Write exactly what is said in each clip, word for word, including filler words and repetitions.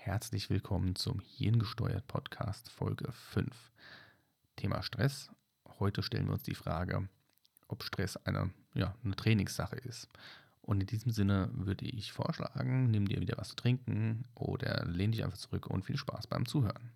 herzlich willkommen zum Hirngesteuert Podcast Folge fünf. Thema Stress. Heute stellen wir uns die Frage, ob Stress eine, ja, eine Trainingssache ist. Und in diesem Sinne würde ich vorschlagen, nimm dir wieder was zu trinken oder lehn dich einfach zurück und viel Spaß beim Zuhören.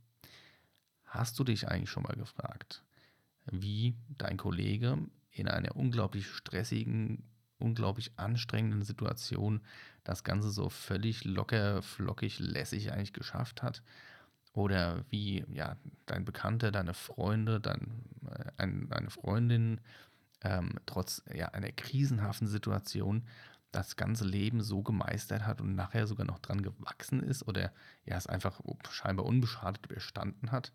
Hast du dich eigentlich schon mal gefragt, wie dein Kollege in einer unglaublich stressigen, unglaublich anstrengenden Situation das Ganze so völlig locker, flockig, lässig eigentlich geschafft hat? Oder wie ja, dein Bekannter, deine Freunde, dein, äh, ein, deine Freundin ähm, trotz ja, einer krisenhaften Situation das ganze Leben so gemeistert hat und nachher sogar noch dran gewachsen ist oder ja, es einfach scheinbar unbeschadet überstanden hat.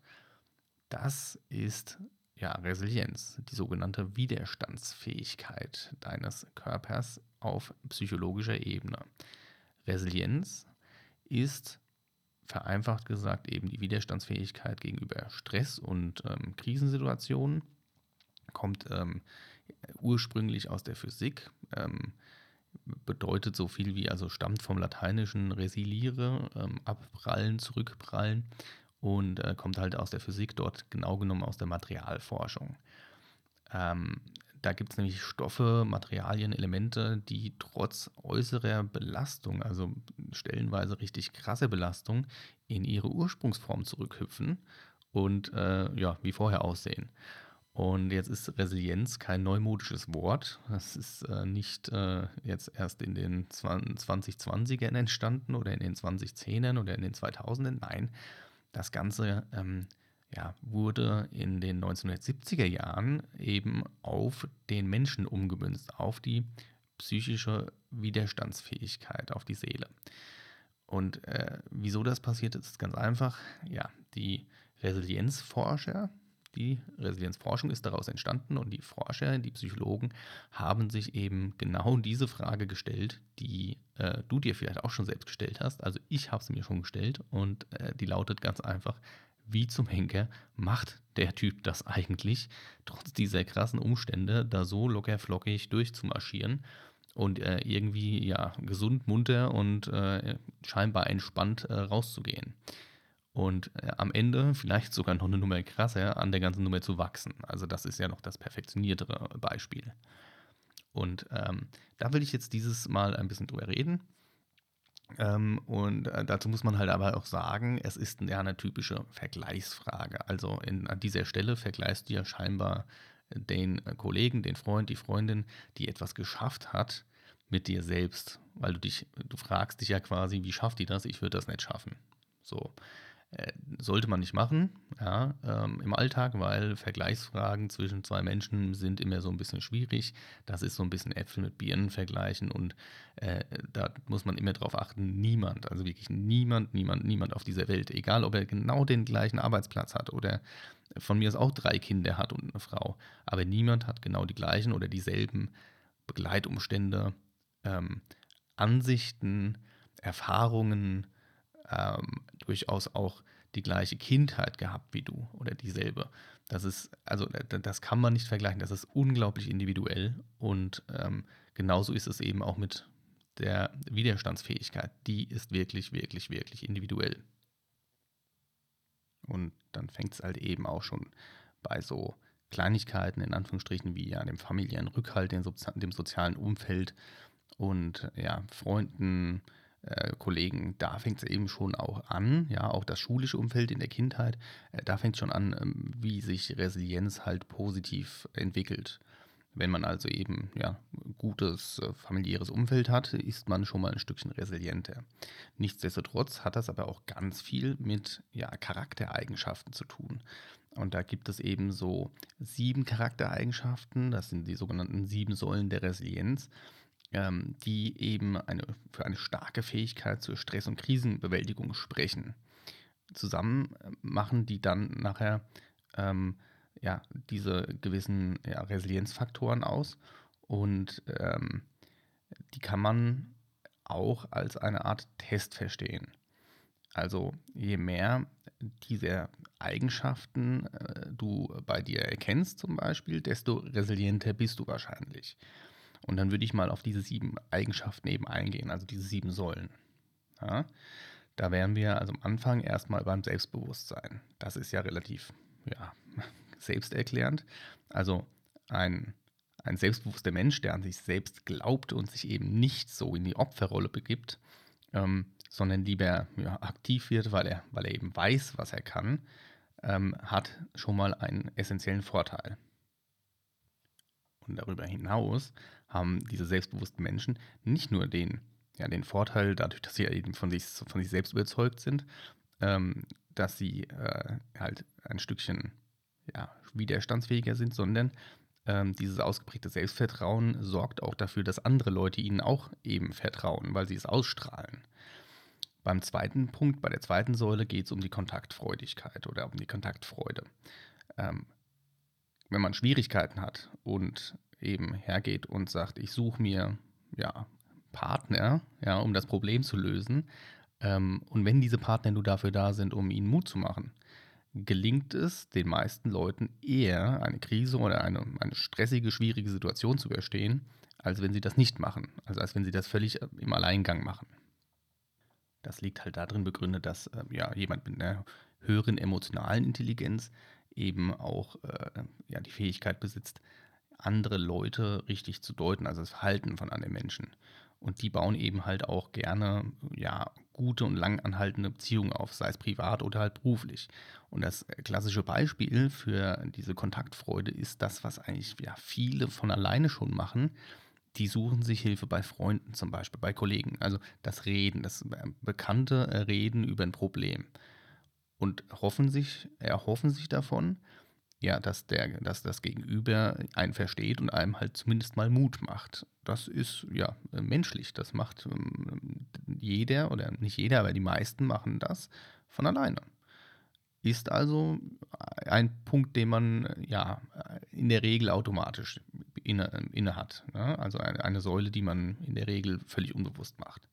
Das ist ja Resilienz, die sogenannte Widerstandsfähigkeit deines Körpers auf psychologischer Ebene. Resilienz ist vereinfacht gesagt eben die Widerstandsfähigkeit gegenüber Stress und ähm, Krisensituationen, kommt ähm, ursprünglich aus der Physik, ähm, bedeutet so viel wie, also stammt vom lateinischen resiliere, ähm, abprallen, zurückprallen und äh, kommt halt aus der Physik, dort genau genommen aus der Materialforschung. Ähm, da gibt es nämlich Stoffe, Materialien, Elemente, die trotz äußerer Belastung, also stellenweise richtig krasse Belastung, in ihre Ursprungsform zurückhüpfen und äh, ja, wie vorher aussehen. Und jetzt ist Resilienz kein neumodisches Wort. Das ist äh, nicht äh, jetzt erst in den zwanzig zwanzigern entstanden oder in den zwanzig zehnern oder in den zweitausendern. Nein, das Ganze ähm, ja, wurde in den neunzehnhundertsiebziger Jahren eben auf den Menschen umgemünzt, auf die psychische Widerstandsfähigkeit, auf die Seele. Und äh, wieso das passiert ist, ist ganz einfach. Ja, die Resilienzforscher, die Resilienzforschung ist daraus entstanden und die Forscher, die Psychologen haben sich eben genau diese Frage gestellt, die äh, du dir vielleicht auch schon selbst gestellt hast. Also ich habe sie mir schon gestellt und äh, die lautet ganz einfach, wie zum Henker macht der Typ das eigentlich, trotz dieser krassen Umstände, da so locker flockig durchzumarschieren und äh, irgendwie ja gesund, munter und äh, scheinbar entspannt äh, rauszugehen. Und äh, am Ende vielleicht sogar noch eine Nummer krasser an der ganzen Nummer zu wachsen. Also das ist ja noch das perfektioniertere Beispiel. Und ähm, da will ich jetzt dieses Mal ein bisschen drüber reden. Ähm, und äh, dazu muss man halt aber auch sagen, es ist ja eine typische Vergleichsfrage. Also in, an dieser Stelle vergleichst du ja scheinbar den Kollegen, den Freund, die Freundin, die etwas geschafft hat, mit dir selbst. Weil du dich, du fragst dich ja quasi, wie schafft die das? Ich würde das nicht schaffen. So. Äh, sollte man nicht machen, ja, ähm, im Alltag, weil Vergleichsfragen zwischen zwei Menschen sind immer so ein bisschen schwierig. Das ist so ein bisschen Äpfel mit Birnen vergleichen und äh, da muss man immer darauf achten, niemand, also wirklich niemand, niemand, niemand auf dieser Welt, egal ob er genau den gleichen Arbeitsplatz hat oder von mir aus auch drei Kinder hat und eine Frau, aber niemand hat genau die gleichen oder dieselben Begleitumstände, ähm, Ansichten, Erfahrungen, ähm, durchaus auch die gleiche Kindheit gehabt wie du oder dieselbe. Das ist, also das kann man nicht vergleichen, das ist unglaublich individuell und ähm, genauso ist es eben auch mit der Widerstandsfähigkeit. Die ist wirklich, wirklich, wirklich individuell. Und dann fängt es halt eben auch schon bei so Kleinigkeiten, in Anführungsstrichen, wie ja dem familiären Rückhalt, dem, Sozi dem sozialen Umfeld und ja, Freunden, äh, Kollegen, da fängt es eben schon auch an, ja, auch das schulische Umfeld in der Kindheit, äh, da fängt es schon an, ähm, wie sich Resilienz halt positiv entwickelt. Wenn man also eben ja, gutes äh, familiäres Umfeld hat, ist man schon mal ein Stückchen resilienter. Nichtsdestotrotz hat das aber auch ganz viel mit ja, Charaktereigenschaften zu tun. Und da gibt es eben so sieben Charaktereigenschaften, das sind die sogenannten sieben Säulen der Resilienz, ähm, die eben eine, für eine starke Fähigkeit zur Stress- und Krisenbewältigung sprechen. Zusammen äh, machen die dann nachher ähm, ja, diese gewissen ja, Resilienzfaktoren aus und ähm, die kann man auch als eine Art Test verstehen. Also je mehr dieser Eigenschaften äh, du bei dir erkennst zum Beispiel, desto resilienter bist du wahrscheinlich. Und dann würde ich mal auf diese sieben Eigenschaften eben eingehen, also diese sieben Säulen. Ja? Da wären wir also am Anfang erstmal beim Selbstbewusstsein. Das ist ja relativ, ja, selbsterklärend. Also ein, ein selbstbewusster Mensch, der an sich selbst glaubt und sich eben nicht so in die Opferrolle begibt, ähm, sondern lieber ja, aktiv wird, weil er, weil er eben weiß, was er kann, ähm, hat schon mal einen essentiellen Vorteil. Und darüber hinaus haben diese selbstbewussten Menschen nicht nur den, ja, den Vorteil, dadurch, dass sie eben von sich, von sich selbst überzeugt sind, ähm, dass sie äh, halt ein Stückchen ja, widerstandsfähiger sind, sondern ähm, dieses ausgeprägte Selbstvertrauen sorgt auch dafür, dass andere Leute ihnen auch eben vertrauen, weil sie es ausstrahlen. Beim zweiten Punkt, bei der zweiten Säule, geht es um die Kontaktfreudigkeit oder um die Kontaktfreude. Ähm, wenn man Schwierigkeiten hat und eben hergeht und sagt, ich suche mir ja, Partner, ja, um das Problem zu lösen, ähm, und wenn diese Partner nur dafür da sind, um ihnen Mut zu machen, gelingt es den meisten Leuten eher, eine Krise oder eine, eine stressige, schwierige Situation zu überstehen, als wenn sie das nicht machen, also als wenn sie das völlig im Alleingang machen. Das liegt halt darin begründet, dass äh, ja, jemand mit einer höheren emotionalen Intelligenz eben auch äh, ja, die Fähigkeit besitzt, andere Leute richtig zu deuten, also das Verhalten von anderen Menschen. Und die bauen eben halt auch gerne ja, gute und langanhaltende Beziehungen auf, sei es privat oder halt beruflich. Und das klassische Beispiel für diese Kontaktfreude ist das, was eigentlich ja, viele von alleine schon machen. Die suchen sich Hilfe bei Freunden zum Beispiel, bei Kollegen. Also das Reden, das äh, bekannte äh, Reden über ein Problem. Und hoffen sich, erhoffen sich davon, ja, dass, der, dass das Gegenüber einen versteht und einem halt zumindest mal Mut macht. Das ist ja äh, menschlich. Das macht ähm, jeder oder nicht jeder, aber die meisten machen das von alleine. Ist also ein Punkt, den man äh, ja in der Regel automatisch inne, inne hat. Ne? Also eine, eine Säule, die man in der Regel völlig unbewusst macht.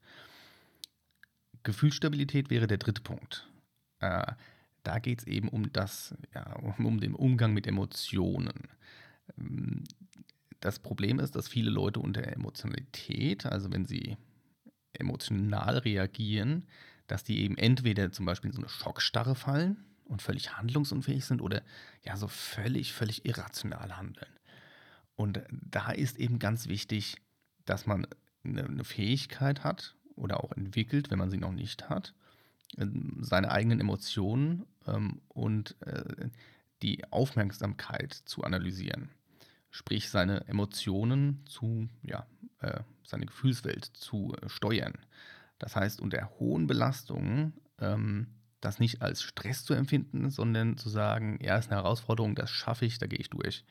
Gefühlsstabilität wäre der dritte Punkt. Äh, da geht es eben um das, ja, um, um den Umgang mit Emotionen. Ähm, Das Problem ist, dass viele Leute unter Emotionalität, also wenn sie emotional reagieren, dass die eben entweder zum Beispiel in so eine Schockstarre fallen und völlig handlungsunfähig sind oder ja so völlig, völlig irrational handeln. Und da ist eben ganz wichtig, dass man eine, eine Fähigkeit hat oder auch entwickelt, wenn man sie noch nicht hat, ähm, seine eigenen Emotionen ähm, und äh, die Aufmerksamkeit zu analysieren. Sprich, seine Emotionen zu, ja, äh, seine Gefühlswelt zu äh, steuern. Das heißt, unter hohen Belastungen ähm, das nicht als Stress zu empfinden, sondern zu sagen, ja, ist eine Herausforderung, das schaffe ich, da gehe ich durch.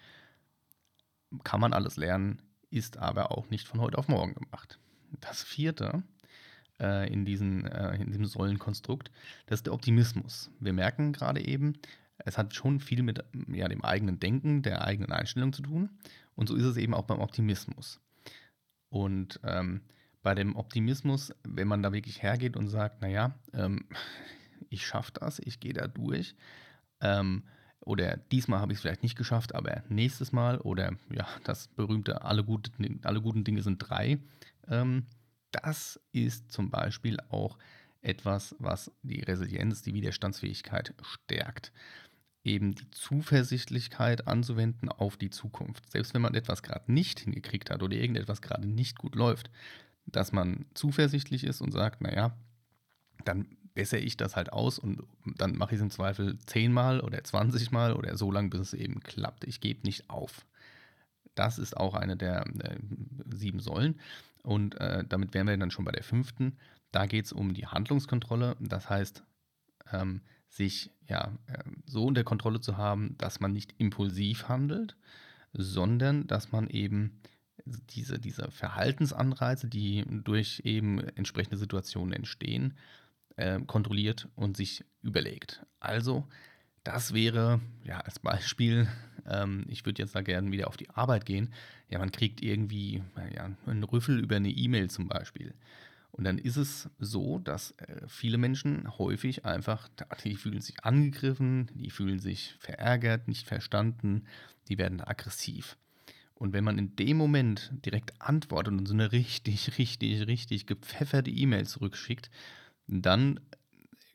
Kann man alles lernen, ist aber auch nicht von heute auf morgen gemacht. Das vierte äh, in, diesen, äh, in diesem Säulenkonstrukt, das ist der Optimismus. Wir merken gerade eben, es hat schon viel mit ja, dem eigenen Denken, der eigenen Einstellung zu tun. Und so ist es eben auch beim Optimismus. Und ähm, bei dem Optimismus, wenn man da wirklich hergeht und sagt, naja, ähm, ich schaffe das, ich gehe da durch, ähm, oder diesmal habe ich es vielleicht nicht geschafft, aber nächstes Mal, oder ja, das berühmte, alle, gute, alle guten Dinge sind drei, ähm, das ist zum Beispiel auch etwas, was die Resilienz, die Widerstandsfähigkeit stärkt. Eben die Zuversichtlichkeit anzuwenden auf die Zukunft. Selbst wenn man etwas gerade nicht hingekriegt hat oder irgendetwas gerade nicht gut läuft, dass man zuversichtlich ist und sagt, naja, dann bessere ich das halt aus und dann mache ich es im Zweifel zehnmal oder zwanzigmal oder so lange, bis es eben klappt. Ich gebe nicht auf. Das ist auch eine der äh, sieben Säulen. Und äh, damit wären wir dann schon bei der fünften. Da geht es um die Handlungskontrolle. Das heißt, ähm, sich ja, äh, so unter Kontrolle zu haben, dass man nicht impulsiv handelt, sondern dass man eben diese, diese Verhaltensanreize, die durch eben entsprechende Situationen entstehen, äh, kontrolliert und sich überlegt. Also, das wäre ja als Beispiel, ähm, ich würde jetzt da gerne wieder auf die Arbeit gehen. Ja, man kriegt irgendwie ja, einen Rüffel über eine E-Mail zum Beispiel. Und dann ist es so, dass äh, viele Menschen häufig einfach, die fühlen sich angegriffen, die fühlen sich verärgert, nicht verstanden, die werden aggressiv. Und wenn man in dem Moment direkt antwortet und so eine richtig, richtig, richtig gepfefferte E-Mail zurückschickt, dann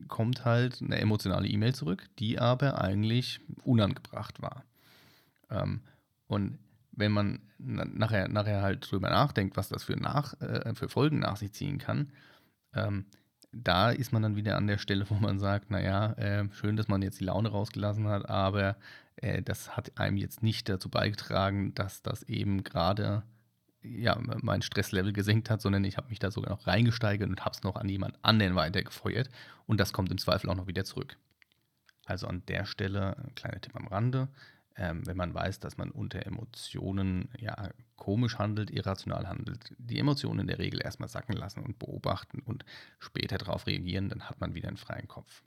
kommt halt eine emotionale E-Mail zurück, die aber eigentlich unangebracht war. Ähm, und wenn man nachher, nachher halt drüber nachdenkt, was das für, nach, äh, für Folgen nach sich ziehen kann, ähm, da ist man dann wieder an der Stelle, wo man sagt, naja, äh, schön, dass man jetzt die Laune rausgelassen hat, aber äh, das hat einem jetzt nicht dazu beigetragen, dass das eben gerade ja, mein Stresslevel gesenkt hat, sondern ich habe mich da sogar noch reingesteigert und habe es noch an jemand anderen weitergefeuert und das kommt im Zweifel auch noch wieder zurück. Also an der Stelle, ein kleiner Tipp am Rande, ähm, wenn man weiß, dass man unter Emotionen ja komisch handelt, irrational handelt, die Emotionen in der Regel erstmal sacken lassen und beobachten und später darauf reagieren, dann hat man wieder einen freien Kopf.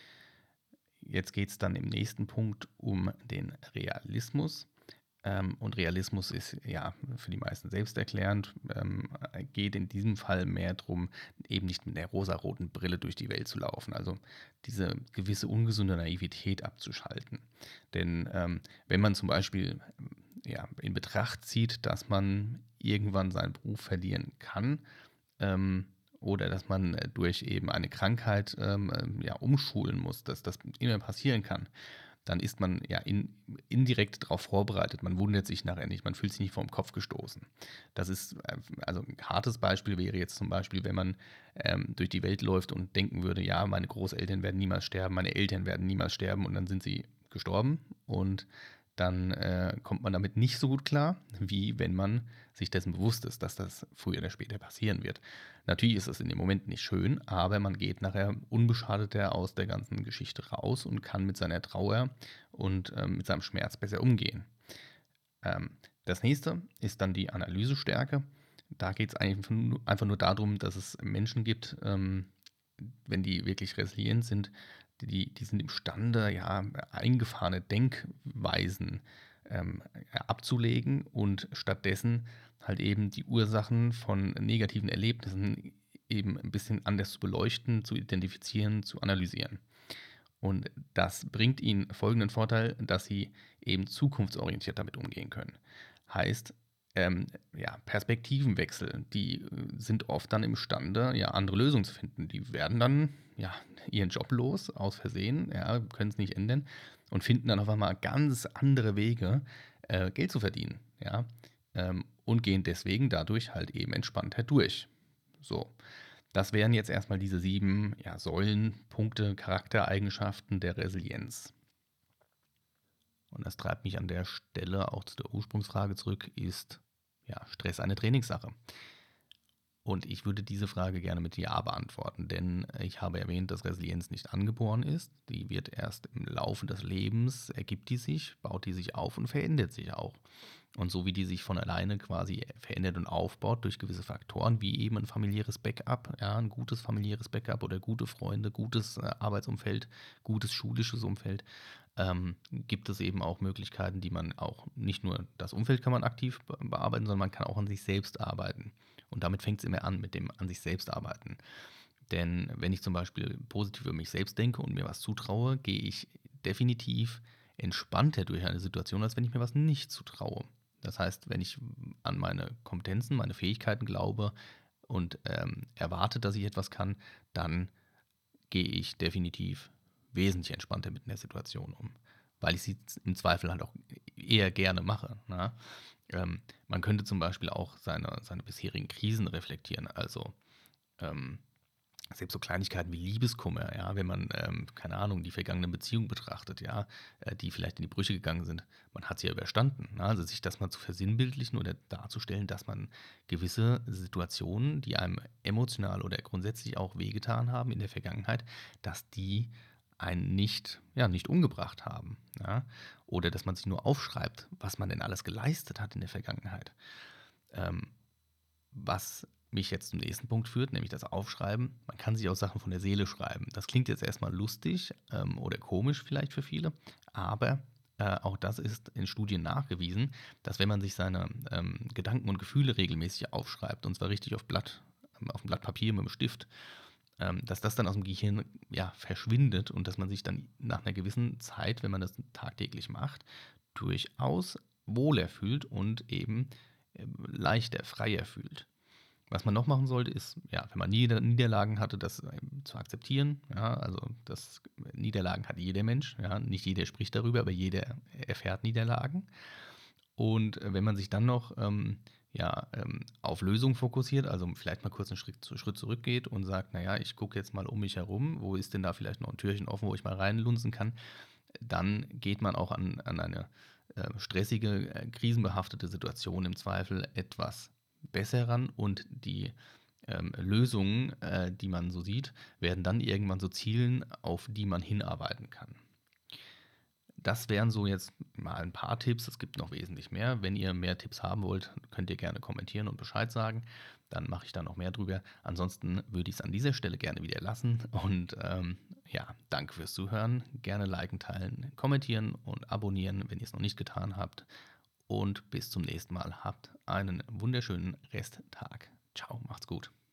Jetzt geht es dann im nächsten Punkt um den Realismus. Ähm, und Realismus ist ja für die meisten selbsterklärend, ähm, geht in diesem Fall mehr darum, eben nicht mit der rosaroten Brille durch die Welt zu laufen, also diese gewisse ungesunde Naivität abzuschalten. Denn ähm, wenn man zum Beispiel ja, in Betracht zieht, dass man irgendwann seinen Beruf verlieren kann, ähm, oder dass man äh, durch eben eine Krankheit ähm, ähm, ja, umschulen muss, dass das immer passieren kann, dann ist man ja in, indirekt darauf vorbereitet. Man wundert sich nachher nicht, man fühlt sich nicht vor den Kopf gestoßen. Das ist, äh, also ein hartes Beispiel wäre jetzt zum Beispiel, wenn man ähm, durch die Welt läuft und denken würde, ja, meine Großeltern werden niemals sterben, meine Eltern werden niemals sterben und dann sind sie gestorben und dann äh, kommt man damit nicht so gut klar, wie wenn man sich dessen bewusst ist, dass das früher oder später passieren wird. Natürlich ist es in dem Moment nicht schön, aber man geht nachher unbeschadeter aus der ganzen Geschichte raus und kann mit seiner Trauer und ähm, mit seinem Schmerz besser umgehen. Ähm, das nächste ist dann die Analysestärke. Da geht es eigentlich einfach nur darum, dass es Menschen gibt, ähm, wenn die wirklich resilient sind, die, die sind imstande, ja, eingefahrene Denkweisen ähm, abzulegen und stattdessen halt eben die Ursachen von negativen Erlebnissen eben ein bisschen anders zu beleuchten, zu identifizieren, zu analysieren. Und das bringt ihnen folgenden Vorteil, dass sie eben zukunftsorientiert damit umgehen können. Heißt, ähm, ja, Perspektivenwechsel, die äh, sind oft dann imstande, ja, andere Lösungen zu finden. Die werden dann ja, ihren Job los, aus Versehen, ja, können es nicht ändern und finden dann auf einmal ganz andere Wege, äh, Geld zu verdienen. Ja, ähm, und gehen deswegen dadurch halt eben entspannter durch. So. Das wären jetzt erstmal diese sieben ja, Säulen, Punkte, Charaktereigenschaften der Resilienz. Und das treibt mich an der Stelle auch zu der Ursprungsfrage zurück, ist ja, Stress eine Trainingssache? Und ich würde diese Frage gerne mit Ja beantworten, denn ich habe erwähnt, dass Resilienz nicht angeboren ist. Die wird erst im Laufe des Lebens, ergibt die sich, baut die sich auf und verändert sich auch. Und so wie die sich von alleine quasi verändert und aufbaut durch gewisse Faktoren, wie eben ein familiäres Backup, ja, ein gutes familiäres Backup oder gute Freunde, gutes äh, Arbeitsumfeld, gutes schulisches Umfeld, ähm, gibt es eben auch Möglichkeiten, die man auch, nicht nur das Umfeld kann man aktiv be- bearbeiten, sondern man kann auch an sich selbst arbeiten. Und damit fängt es immer an, mit dem an sich selbst arbeiten. Denn wenn ich zum Beispiel positiv über mich selbst denke und mir was zutraue, gehe ich definitiv entspannter durch eine Situation, als wenn ich mir was nicht zutraue. Das heißt, wenn ich an meine Kompetenzen, meine Fähigkeiten glaube und ähm, erwarte, dass ich etwas kann, dann gehe ich definitiv wesentlich entspannter mit einer Situation um, weil ich sie im Zweifel halt auch eher gerne mache. Ne? Ähm, man könnte zum Beispiel auch seine, seine bisherigen Krisen reflektieren, also ähm, selbst so Kleinigkeiten wie Liebeskummer, ja, wenn man, ähm, keine Ahnung, die vergangenen Beziehungen betrachtet, ja, äh, die vielleicht in die Brüche gegangen sind, man hat sie ja überstanden. Ne? Also sich das mal zu versinnbildlichen oder darzustellen, dass man gewisse Situationen, die einem emotional oder grundsätzlich auch wehgetan haben in der Vergangenheit, dass die einen nicht, ja, nicht umgebracht haben. Ja? Oder dass man sich nur aufschreibt, was man denn alles geleistet hat in der Vergangenheit. Ähm, was mich jetzt zum nächsten Punkt führt, nämlich das Aufschreiben. Man kann sich auch Sachen von der Seele schreiben. Das klingt jetzt erstmal lustig ähm, oder komisch vielleicht für viele, aber äh, auch das ist in Studien nachgewiesen, dass wenn man sich seine ähm, Gedanken und Gefühle regelmäßig aufschreibt, und zwar richtig auf Blatt, ähm, auf ein Blatt Papier mit einem Stift, ähm, dass das dann aus dem Gehirn ja, verschwindet und dass man sich dann nach einer gewissen Zeit, wenn man das tagtäglich macht, durchaus wohler fühlt und eben äh, leichter, freier fühlt. Was man noch machen sollte, ist, ja, wenn man Nieder Niederlagen hatte, das ähm, zu akzeptieren. Ja, also das Niederlagen hat jeder Mensch. Ja, nicht jeder spricht darüber, aber jeder erfährt Niederlagen. Und äh, wenn man sich dann noch ähm, ja, ähm, auf Lösungen fokussiert, also vielleicht mal kurz einen Schritt, Schritt zurückgeht und sagt, naja, ich gucke jetzt mal um mich herum, wo ist denn da vielleicht noch ein Türchen offen, wo ich mal reinlunzen kann, dann geht man auch an, an eine äh, stressige, äh, krisenbehaftete Situation im Zweifel etwas besser ran und die ähm, Lösungen, äh, die man so sieht, werden dann irgendwann so Zielen, auf die man hinarbeiten kann. Das wären so jetzt mal ein paar Tipps. Es gibt noch wesentlich mehr. Wenn ihr mehr Tipps haben wollt, könnt ihr gerne kommentieren und Bescheid sagen. Dann mache ich da noch mehr drüber. Ansonsten würde ich es an dieser Stelle gerne wieder lassen. Und ähm, ja, danke fürs Zuhören. Gerne liken, teilen, kommentieren und abonnieren, wenn ihr es noch nicht getan habt. Und bis zum nächsten Mal. Habt einen wunderschönen Resttag. Ciao, macht's gut.